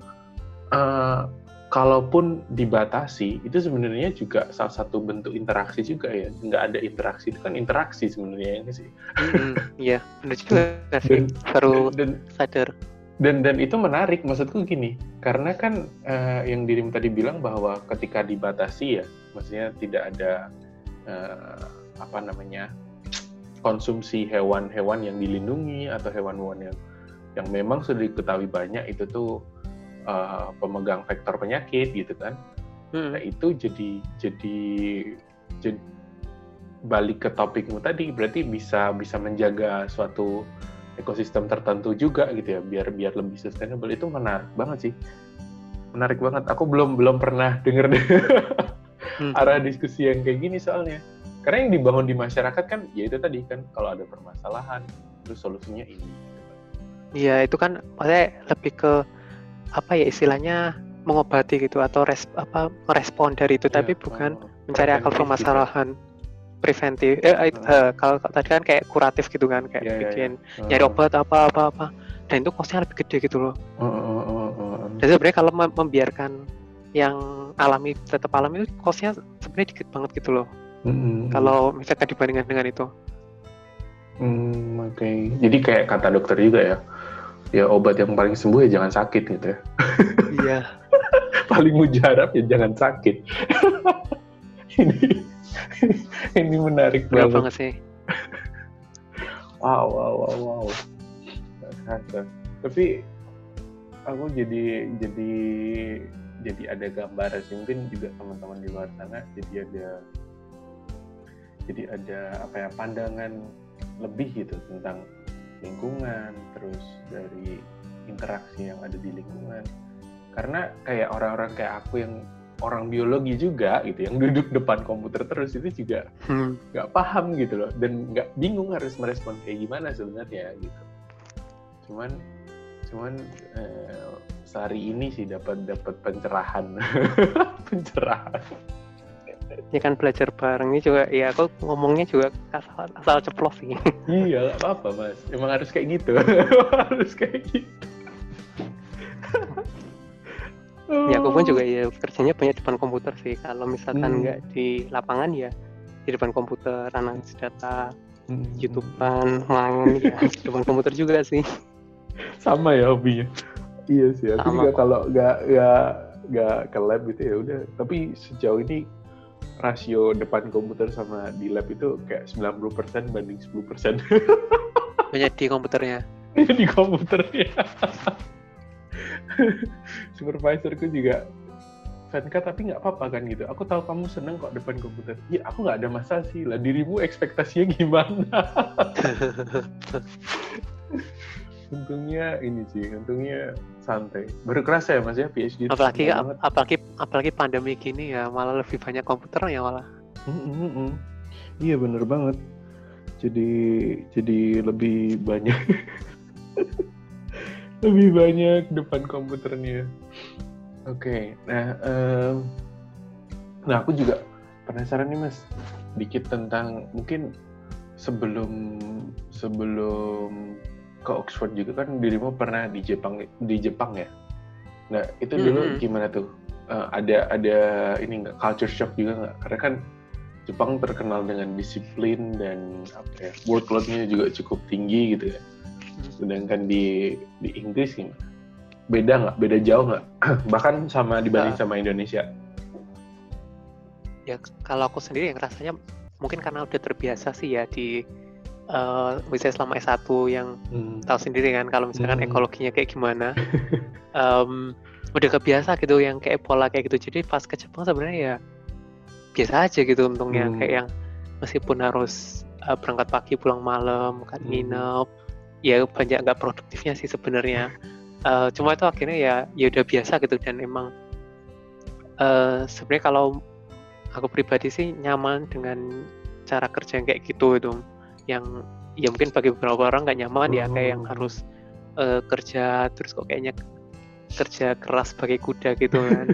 uh, kalaupun dibatasi, itu sebenarnya juga salah satu bentuk interaksi juga ya. Nggak ada interaksi, itu kan interaksi sebenarnya ini sih. Iya, mm, benar juga sih, baru dan, sadar. Dan dan itu menarik, maksudku gini, karena kan uh, yang dirimu tadi bilang bahwa ketika dibatasi ya, maksudnya tidak ada uh, apa namanya, konsumsi hewan-hewan yang dilindungi atau hewan-hewan yang yang memang sudah diketahui banyak itu tuh uh, pemegang vektor penyakit gitu kan. Hmm. Nah itu jadi jadi jadi balik ke topikmu tadi, berarti bisa bisa menjaga suatu ekosistem tertentu juga gitu ya, biar biar lebih sustainable. Itu menarik banget sih, menarik banget. Aku belum belum pernah dengar hmm. arah diskusi yang kayak gini soalnya. Karena yang dibangun di masyarakat kan, ya itu tadi kan, kalau ada permasalahan, terus solusinya ini. Iya, itu kan maksudnya lebih ke apa ya istilahnya mengobati gitu atau res, apa merespon dari itu, ya, tapi bukan oh, mencari akar permasalahan gitu. Preventif. Eh, uh. uh, kalau tadi kan kayak kuratif gitu kan, kayak ya, bikin ya, ya. Uh. nyari obat apa apa apa, dan itu costnya lebih gede gitu loh. Uh, uh, uh, uh, uh. Jadi sebenarnya kalau membiarkan yang alami tetap alami itu costnya sebenarnya dikit banget gitu loh. Mm-hmm. Kalau misalkan dibandingkan dengan itu. Hmm, oke. Okay. Jadi kayak kata dokter juga ya, ya obat yang paling sembuh ya jangan sakit gitu ya. Iya. Paling mujarab ya jangan sakit. ini ini menarik banget. banget sih. Wow, wow, wow, wow. Tapi aku jadi jadi jadi ada gambaran sih, mungkin juga teman-teman di luar sana jadi ada jadi ada apa ya, pandangan lebih gitu tentang lingkungan, terus dari interaksi yang ada di lingkungan. Karena kayak orang-orang kayak aku yang orang biologi juga gitu, yang duduk depan komputer terus, itu juga nggak hmm. paham gitu loh, dan nggak bingung harus merespon kayak gimana sebenarnya gitu. Cuman cuman eh, sehari ini sih dapat dapat pencerahan pencerahan. Ya kan belajar bareng ini juga, ya aku ngomongnya juga asal, asal ceplos sih. Iya, gak apa-apa mas, emang harus kayak gitu. Harus kayak gitu. Ya aku pun juga ya kerjanya banyak depan komputer sih. Kalau misalkan nggak hmm. di lapangan ya di depan komputer, analisis data, hmm. YouTubean, main ya depan komputer juga sih. Sama ya hobinya. Iya sih, aku juga kalau nggak nggak nggak ke lab gitu ya udah. Tapi sejauh ini rasio depan komputer sama di lab itu kayak sembilan puluh persen banding sepuluh persen. Banyak di komputernya. Di komputernya. Supervisorku juga, Vanka tapi nggak apa-apa kan gitu. Aku tahu kamu seneng kok depan komputer. Ya aku nggak ada masalah sih lah. Dirimu ekspektasinya gimana? Untungnya ini sih, untungnya santai. Baru kerasa ya mas ya P H D. Apalagi ap- apalagi apalagi pandemi gini ya, malah lebih banyak komputer ya malah. Mm-hmm. Iya bener banget. Jadi jadi lebih banyak lebih banyak depan komputernya. Oke, okay. nah, um, nah aku juga penasaran nih mas, dikit tentang mungkin sebelum sebelum ke Oxford juga kan dirimu pernah di Jepang di Jepang ya. Nah itu dulu mm-hmm. gimana tuh? Uh, ada ada ini nggak culture shock juga nggak? Karena kan Jepang terkenal dengan disiplin dan apa ya, workload-nya juga cukup tinggi gitu ya. Sedangkan di di Inggris gimana? Beda nggak? Beda jauh nggak? Bahkan sama dibanding uh, sama Indonesia? Ya kalau aku sendiri yang rasanya mungkin karena udah terbiasa sih ya di uh, misalnya selama S satu yang hmm. tahu sendiri kan kalau misalkan hmm. ekologinya kayak gimana. um, udah kebiasa gitu yang kayak pola kayak gitu. Jadi pas ke Jepang sebenarnya ya biasa aja gitu untungnya hmm. kayak yang meskipun harus uh, berangkat pagi pulang malam kan hmm. nginep ya banyak nggak produktifnya sih sebenarnya. Uh, cuma itu akhirnya ya ya udah biasa gitu dan emang uh, sebenarnya kalau aku pribadi sih nyaman dengan cara kerja yang kayak gitu itu yang ya mungkin bagi beberapa orang nggak nyaman ya kayak yang harus uh, kerja terus kok kayaknya kerja keras sebagai kuda gitu kan.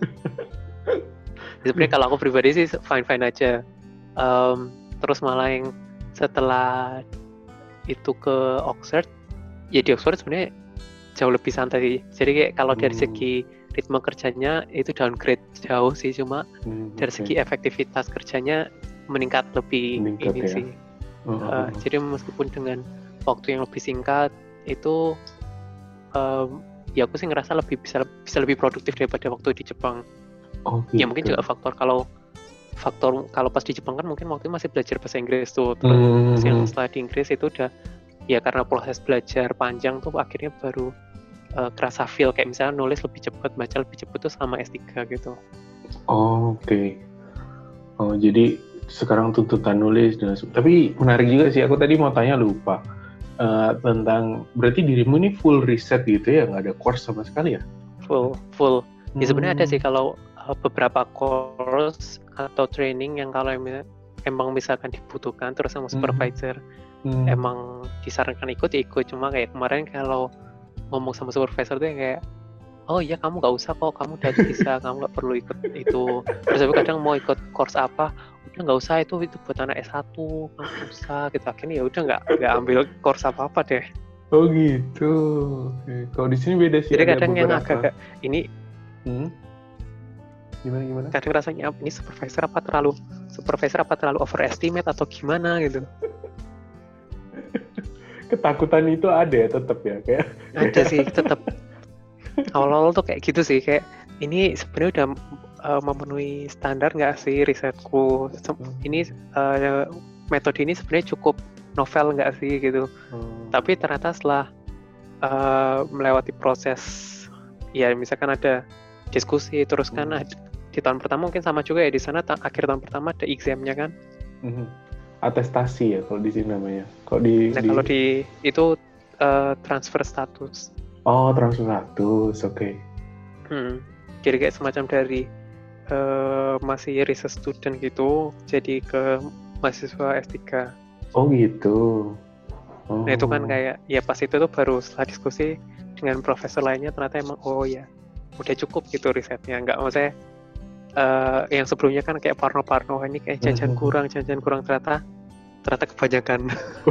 Sebenarnya kalau aku pribadi sih fine fine aja. Um, terus malah yang setelah itu ke Oxford ya di Oxford sebenarnya jauh lebih santai sih. Jadi kayak kalau dari hmm. segi ritme kerjanya itu downgrade jauh sih, cuma hmm, dari okay. segi efektivitas kerjanya meningkat lebih meningkat, ini ya? sih. Oh, uh, oh. Jadi meskipun dengan waktu yang lebih singkat itu um, ya aku sih ngerasa lebih bisa bisa lebih produktif daripada waktu di Jepang. Oh, gitu. Ya mungkin juga faktor kalau faktor kalau pas di Jepang kan mungkin waktu itu masih belajar bahasa Inggris tuh, terus hmm. yang setelah di Inggris itu udah ya karena proses belajar panjang tuh akhirnya baru uh, kerasa feel kayak misalnya nulis lebih cepat, baca lebih cepat tuh sama S tiga gitu. Oh, oke. Okay. Oh, jadi sekarang tuntutan nulis dan tapi menarik juga sih, aku tadi mau tanya lupa. Uh, tentang berarti dirimu ini full riset gitu ya, nggak ada course sama sekali ya? Full, full. Hmm. Ya sebenarnya ada sih kalau uh, beberapa course atau training yang kalau em- emang misalkan dibutuhkan terus sama supervisor hmm. Hmm. emang disarankan ikut ya ikut. Cuma kayak kemarin kalau ngomong sama supervisor tuh kayak oh iya kamu nggak usah kok, kamu udah bisa, kamu nggak perlu ikut itu. Terus aku kadang mau ikut course apa, udah nggak usah itu itu buat anak S satu, kamu nggak usah gitu. Akhirnya ya udah nggak nggak ambil course apa apa deh. Oh gitu. Oke. Kalau di sini beda sih. Jadi kadang yang agak ini hmm? gimana gimana? Kadang rasanya ini supervisor apa terlalu supervisor apa terlalu overestimate atau gimana gitu. Ketakutan itu ada ya tetap ya kayak. Ada sih tetap. Awal-awal tuh kayak gitu sih, kayak ini sebenarnya udah uh, memenuhi standar nggak sih risetku? Ini uh, metode ini sebenarnya cukup novel nggak sih gitu? Hmm. Tapi ternyata setelah uh, melewati proses, ya misalkan ada diskusi, terus kan hmm. di tahun pertama mungkin sama juga ya di sana ta- akhir tahun pertama ada exam-nya kan? Hmm. Atestasi ya kalau di sini namanya. Kalau di, nah di... kalau di itu uh, transfer status. Oh, transfer status, oke. Okay. Hmm, jadi kayak semacam dari uh, masih research student gitu, jadi ke mahasiswa S tiga. Oh gitu. Oh. Nah itu kan kayak, ya pas itu tuh baru setelah diskusi dengan profesor lainnya, ternyata emang, oh ya, udah cukup gitu risetnya. Nggak, maksudnya, uh, yang sebelumnya kan kayak parno-parno, ini kayak jajan kurang, jajan kurang, ternyata ternyata kebanyakan.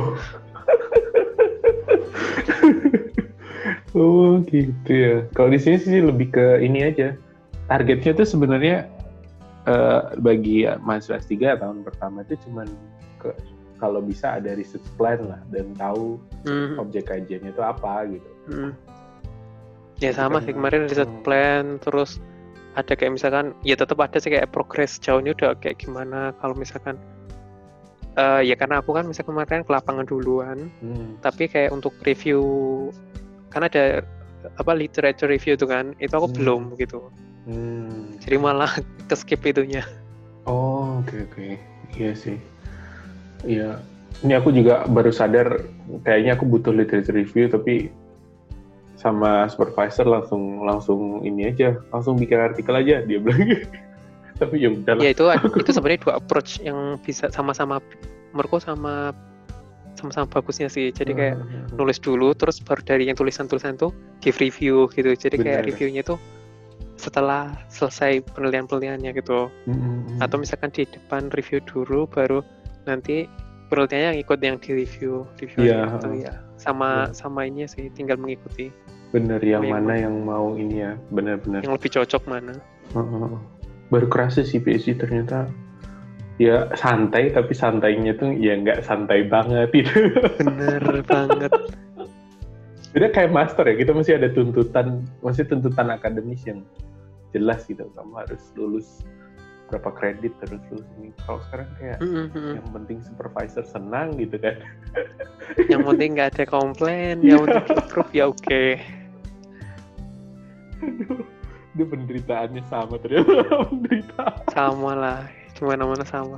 Oh gitu ya. Kalau di sini sih lebih ke ini aja. Targetnya tuh sebenarnya uh, bagi mahasiswa S tiga tahun pertama itu cuman ke kalau bisa ada research plan lah dan tahu mm. objek kajiannya itu apa gitu. Mm. Ya sama sih kemarin research plan, terus ada kayak misalkan ya tetap ada sih kayak progres jauhnya udah kayak gimana kalau misalkan uh, ya karena aku kan misalkan kemarin ke lapangan duluan, mm. tapi kayak untuk review kan ada apa literature review itu kan, itu aku hmm. belum gitu. Hmm. Jadi malah ke skip itunya. Oh oke okay, oke, okay. Iya sih. Iya. Ini aku juga baru sadar kayaknya aku butuh literature review, tapi sama supervisor langsung langsung ini aja, langsung bikin artikel aja dia bilang. Tapi ya udah lah. Ya itu itu sebenarnya dua approach yang bisa sama-sama menurutku sama sama-sama bagusnya sih. Jadi kayak hmm. nulis dulu, terus baru dari yang tulisan-tulisan tuh give review gitu. Jadi bener. Kayak reviewnya tuh setelah selesai penelitian-penelitiannya gitu. Hmm. Atau misalkan di depan review dulu, baru nanti penelitiannya yang ikut yang di review, reviewnya ya, gitu ya. Sama ya. Sama ini sih, tinggal mengikuti. Bener, yang, yang mana yang mau ini ya, benar-benar. Yang lebih cocok mana. Uh-uh. Baru kerasa sih P H D ternyata. Ya santai, tapi santainya tuh ya nggak santai banget gitu. Bener banget. Udah kayak master ya, kita masih ada tuntutan, masih tuntutan akademis yang jelas gitu. Kamu harus lulus berapa kredit terus terus ini. Kalau sekarang kayak Mm-hmm. yang penting supervisor senang gitu kan. Yang penting nggak ada komplain, yang penting approve ya oke. Okay. Itu penderitaannya sama ternyata. Penderita. Sama lah, gimana-mana sama.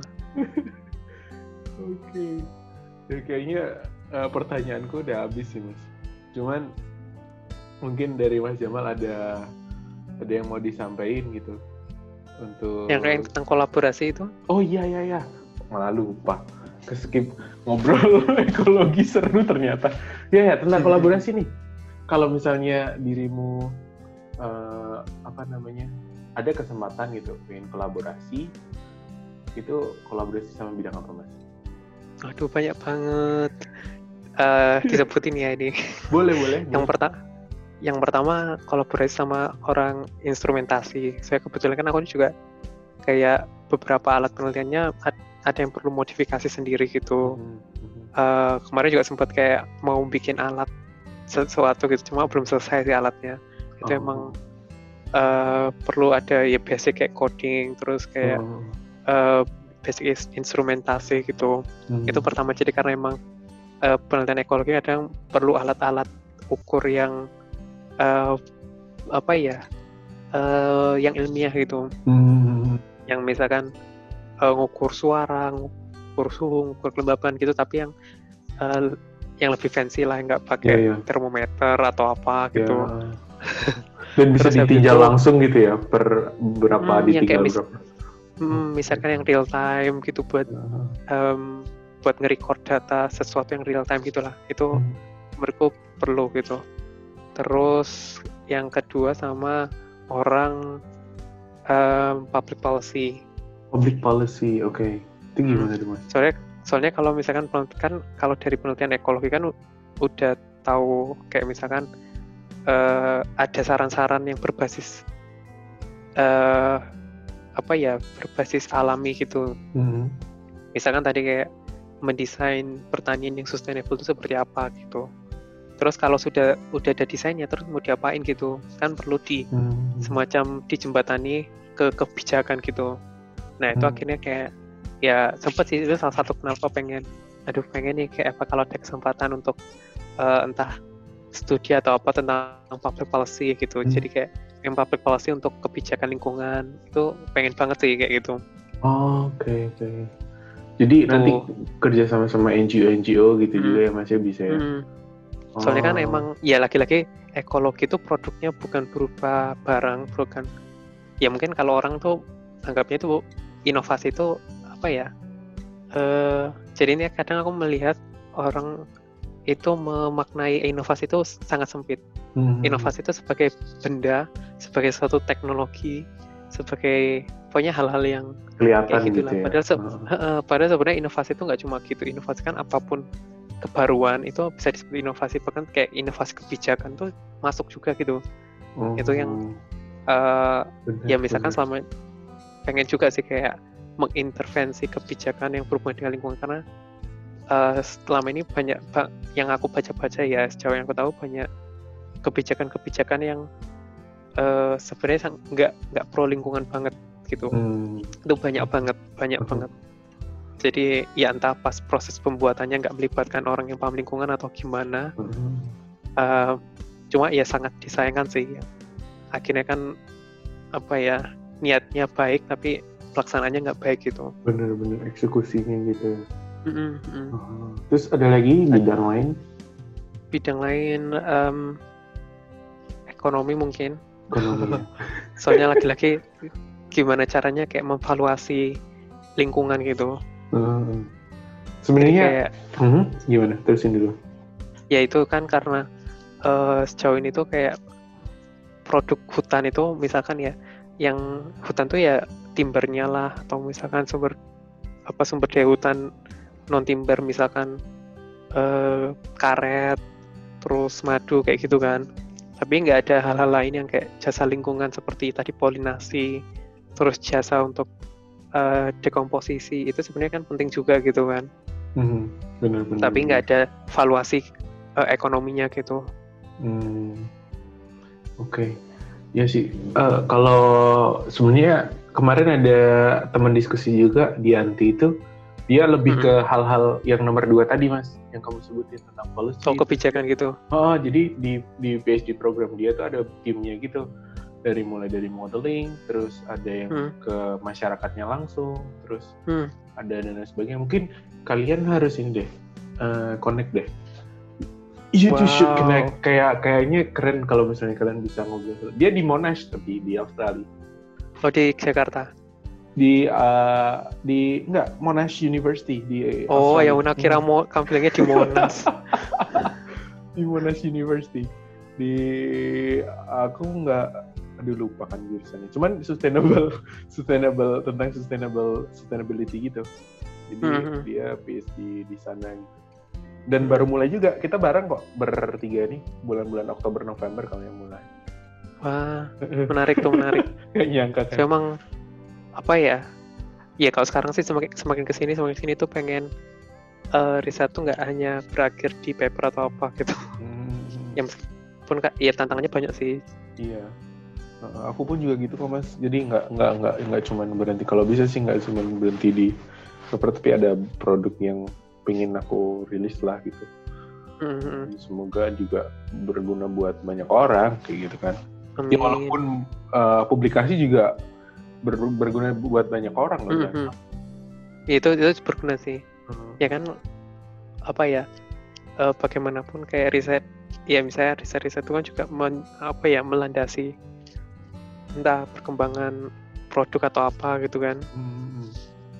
Oke. Okay. Ya, kayaknya uh, pertanyaanku udah habis sih Mas. Cuman mungkin dari Mas Jamal ada ada yang mau disampaikan gitu untuk yang kayak tentang kolaborasi itu. Oh iya iya iya, malah lupa, keskip ngobrol ekologi seru ternyata. Ya ya, tentang kolaborasi nih. Kalau misalnya dirimu uh, apa namanya ada kesempatan gitu pengen kolaborasi, itu kolaborasi sama bidang apa Mas? Aduh banyak banget. Uh, disebutin ya ini. Boleh boleh. Yang pertama yang pertama kolaborasi sama orang instrumentasi. Saya kebetulan kan aku juga kayak beberapa alat penelitiannya ada yang perlu modifikasi sendiri gitu. Mm-hmm. Uh, kemarin juga sempat kayak mau bikin alat sesuatu gitu, cuma belum selesai sih alatnya. Itu oh. emang uh, perlu ada ya basic kayak coding, terus kayak oh. uh, basic instrumentasi gitu. Mm-hmm. Itu pertama, jadi karena emang uh, penelitian ekologi kadang perlu alat-alat ukur yang Uh, apa ya uh, yang ilmiah gitu, hmm. yang misalkan uh, ngukur suara, ngukur suhu, ngukur kelembaban gitu, tapi yang uh, yang lebih fancy lah, nggak pakai yeah, yeah. termometer atau apa gitu. Yeah. Dan bisa ditinjau langsung gitu ya per berapa hmm, ditinggal mis- berapa. Hmm, misalkan yang real time gitu buat yeah. um, buat nge-record data sesuatu yang real time gitulah, itu hmm. menurutku perlu gitu. Terus yang kedua sama orang um, public policy. Public policy, oke. Okay. Itu gimana tuh Mas? Soalnya, soalnya kalau misalkan kan kalau dari penelitian ekologi kan udah tahu kayak misalkan uh, ada saran-saran yang berbasis uh, apa ya berbasis alami gitu. Mm-hmm. Misalkan tadi kayak mendesain pertanian yang sustainable itu seperti apa gitu. Terus kalau sudah udah ada desainnya, terus mau diapain gitu, kan perlu di hmm. semacam dijembatani ke kebijakan gitu. Nah itu hmm. akhirnya kayak ya sempet sih, itu salah satu kenapa pengen, aduh pengen nih kayak apa kalau ada kesempatan untuk uh, entah studi atau apa tentang public policy gitu. Hmm. Jadi kayak yang public policy untuk kebijakan lingkungan itu pengen banget sih kayak gitu. Oh, oke okay, oke. Okay. Jadi Tuh. nanti kerja sama-sama N G O N G O gitu hmm. juga ya Mas ya bisa ya. Hmm. Soalnya kan emang ya lagi-lagi ekologi itu produknya bukan berupa barang, bukan. Ya mungkin kalau orang tuh anggapnya itu inovasi itu apa ya? Uh, jadi ini kadang aku melihat orang itu memaknai inovasi itu sangat sempit. Hmm. Inovasi itu sebagai benda, sebagai suatu teknologi, sebagai pokoknya hal-hal yang kelihatan kayak gitu lah. Ya. Padahal, se- hmm. uh, padahal sebenarnya inovasi itu nggak cuma gitu. Inovasi kan apapun kebaruan itu bisa disebut inovasi, bahkan kayak inovasi kebijakan tuh masuk juga gitu. Oh. Itu yang uh, benar, ya misalkan benar. Selama pengen juga sih kayak mengintervensi kebijakan yang berhubungan dengan lingkungan, karena uh, selama ini banyak ba- yang aku baca-baca ya sejauh yang aku tahu banyak kebijakan-kebijakan yang uh, sebenarnya nggak nggak pro lingkungan banget gitu. Hmm. Itu banyak banget banyak uh-huh. banget. Jadi ya entah pas proses pembuatannya nggak melibatkan orang yang paham lingkungan atau gimana. Mm-hmm. Uh, cuma ya sangat disayangkan sih. Akhirnya kan apa ya niatnya baik tapi pelaksanaannya nggak baik gitu. Bener-bener eksekusinya gitu. Mm-hmm. Uh-huh. Terus ada lagi bidang uh, lain? Bidang lain um, ekonomi mungkin. Ekonomi. Soalnya lagi-lagi gimana caranya kayak memvaluasi lingkungan gitu. Hmm. Sebenarnya kayak, hmm, gimana? Terusin dulu. Ya itu kan karena uh, sejauh ini tuh kayak produk hutan itu misalkan ya, yang hutan tuh ya timbernya lah, atau misalkan sumber apa sumber daya hutan non timber misalkan uh, karet, terus madu kayak gitu kan. Tapi nggak ada hal-hal lain yang kayak jasa lingkungan seperti tadi polinasi, terus jasa untuk Uh, dekomposisi itu sebenarnya kan penting juga gitu kan. Mm-hmm. Benar-benar. Tapi nggak ada valuasi uh, ekonominya gitu. Hmm. Oke. Okay. Ya sih, uh, kalau sebenarnya kemarin ada teman diskusi juga di Anti itu, dia lebih mm-hmm. ke hal-hal yang nomor dua tadi mas, yang kamu sebutin tentang policy. Oh kebijakan gitu. Oh jadi di di P H D program dia tuh ada timnya gitu, dari mulai dari modeling, terus ada yang hmm. ke masyarakatnya langsung, terus hmm. ada dan lain sebagainya. Mungkin kalian harus ini deh, uh, connect deh. You wow. should connect. Kayak kayaknya keren kalau misalnya kalian bisa ngobrol. Dia di Monash tapi di Australia. Oh di Jakarta. Di uh, di enggak Monash University di Oh ya una kira mau kamu bilangnya di Monash. Di Monash University. Di aku enggak aduh lupa kan jurusannya. Cuman sustainable sustainable tentang sustainable sustainability gitu. Jadi mm-hmm. dia P H D di sana gitu. Dan baru mulai juga, kita bareng kok bertiga nih, bulan-bulan Oktober November kalau yang mulai. Wah, menarik tuh menarik. Gak nyangka kan. So, emang apa ya? Ya kalau sekarang sih semakin semakin kesini semakin kesini tuh pengen uh, riset tuh nggak hanya berakhir di paper atau apa gitu. Hmm. Ya meskipun ya tantangannya banyak sih. Iya. Uh, aku pun juga gitu kok mas. Jadi nggak nggak nggak nggak cuma berhenti. Kalau bisa sih nggak cuma berhenti di paper, tapi ada produk yang pengen aku rilis lah gitu. Mm-hmm. Semoga juga berguna buat banyak orang kayak gitu kan. Amin. Ya walaupun uh, publikasi juga ber, berguna buat banyak orang loh. Mm-hmm. Ya, itu itu berguna sih. Mm-hmm. Ya kan apa ya? Uh, bagaimanapun kayak riset, ya misalnya riset-riset itu kan juga men, apa ya melandasi entah perkembangan produk atau apa gitu kan. Mm-hmm.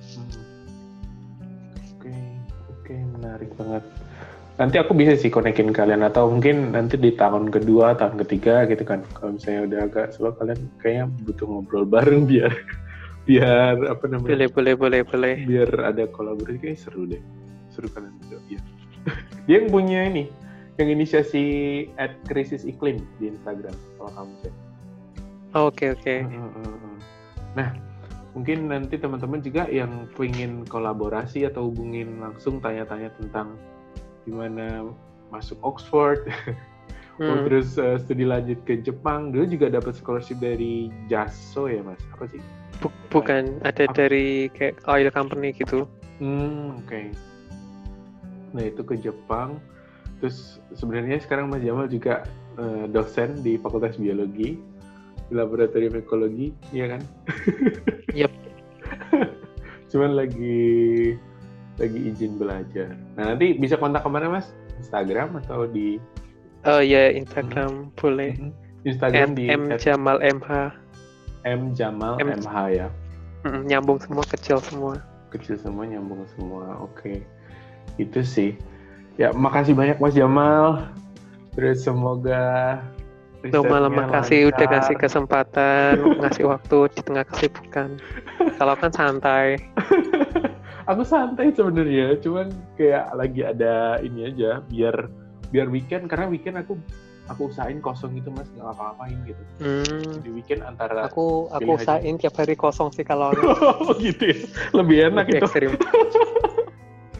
Oke, menarik banget. Nanti aku bisa sih konekin kalian atau mungkin nanti di tahun kedua, tahun ketiga gitu kan. Kalau misalnya udah agak slow, kalian kayaknya butuh ngobrol bareng biar biar apa namanya? Boleh, boleh, boleh, boleh. Biar ada kolaborasi, kayak seru deh. Seru kalian berdua. Ya. Dia yang punya ini, yang inisiasi at krisis iklim di Instagram kalau kamu cek. Oh, oke, oke. Nah, mungkin nanti teman-teman juga yang pengen kolaborasi atau hubungin langsung tanya-tanya tentang gimana masuk Oxford, hmm. mau terus uh, studi lanjut ke Jepang. Dulu juga dapat scholarship dari Jaso ya mas? Apa sih? Bukan, ada apa? Dari kayak oil company gitu. Hmm, oke. Okay. Nah itu ke Jepang. Terus sebenarnya sekarang Mas Jamal juga uh, dosen di Fakultas Biologi. Di laboratorium ekologi, iya kan? Yep. Cuman lagi lagi izin belajar. Nah nanti bisa kontak kemana mas? Instagram atau di? Oh ya Instagram hmm. boleh. Instagram at di M Jamal M H. M Jamal M, M H ya. Mm, nyambung semua, kecil semua. Kecil semua, nyambung semua. Oke, okay. Itu sih. Ya makasih banyak mas Jamal. Terus semoga Loh, malah makasih udah kasih kesempatan, ngasih waktu di tengah kesibukan. Kalau kan santai. Aku santai sebenarnya, cuman kayak lagi ada ini aja, biar biar weekend, karena weekend aku aku usahain kosong gitu mas, nggak apa-apain gitu. Hmm. Di weekend antara aku aku usahain aja. Tiap hari kosong sih kalau. Oh gitu ya, lebih enak lebih itu. Ekstrim.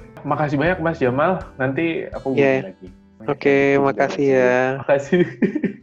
Makasih banyak mas Jamal, nanti aku yeah. lagi. Oke, okay, makasih ya. Makasih.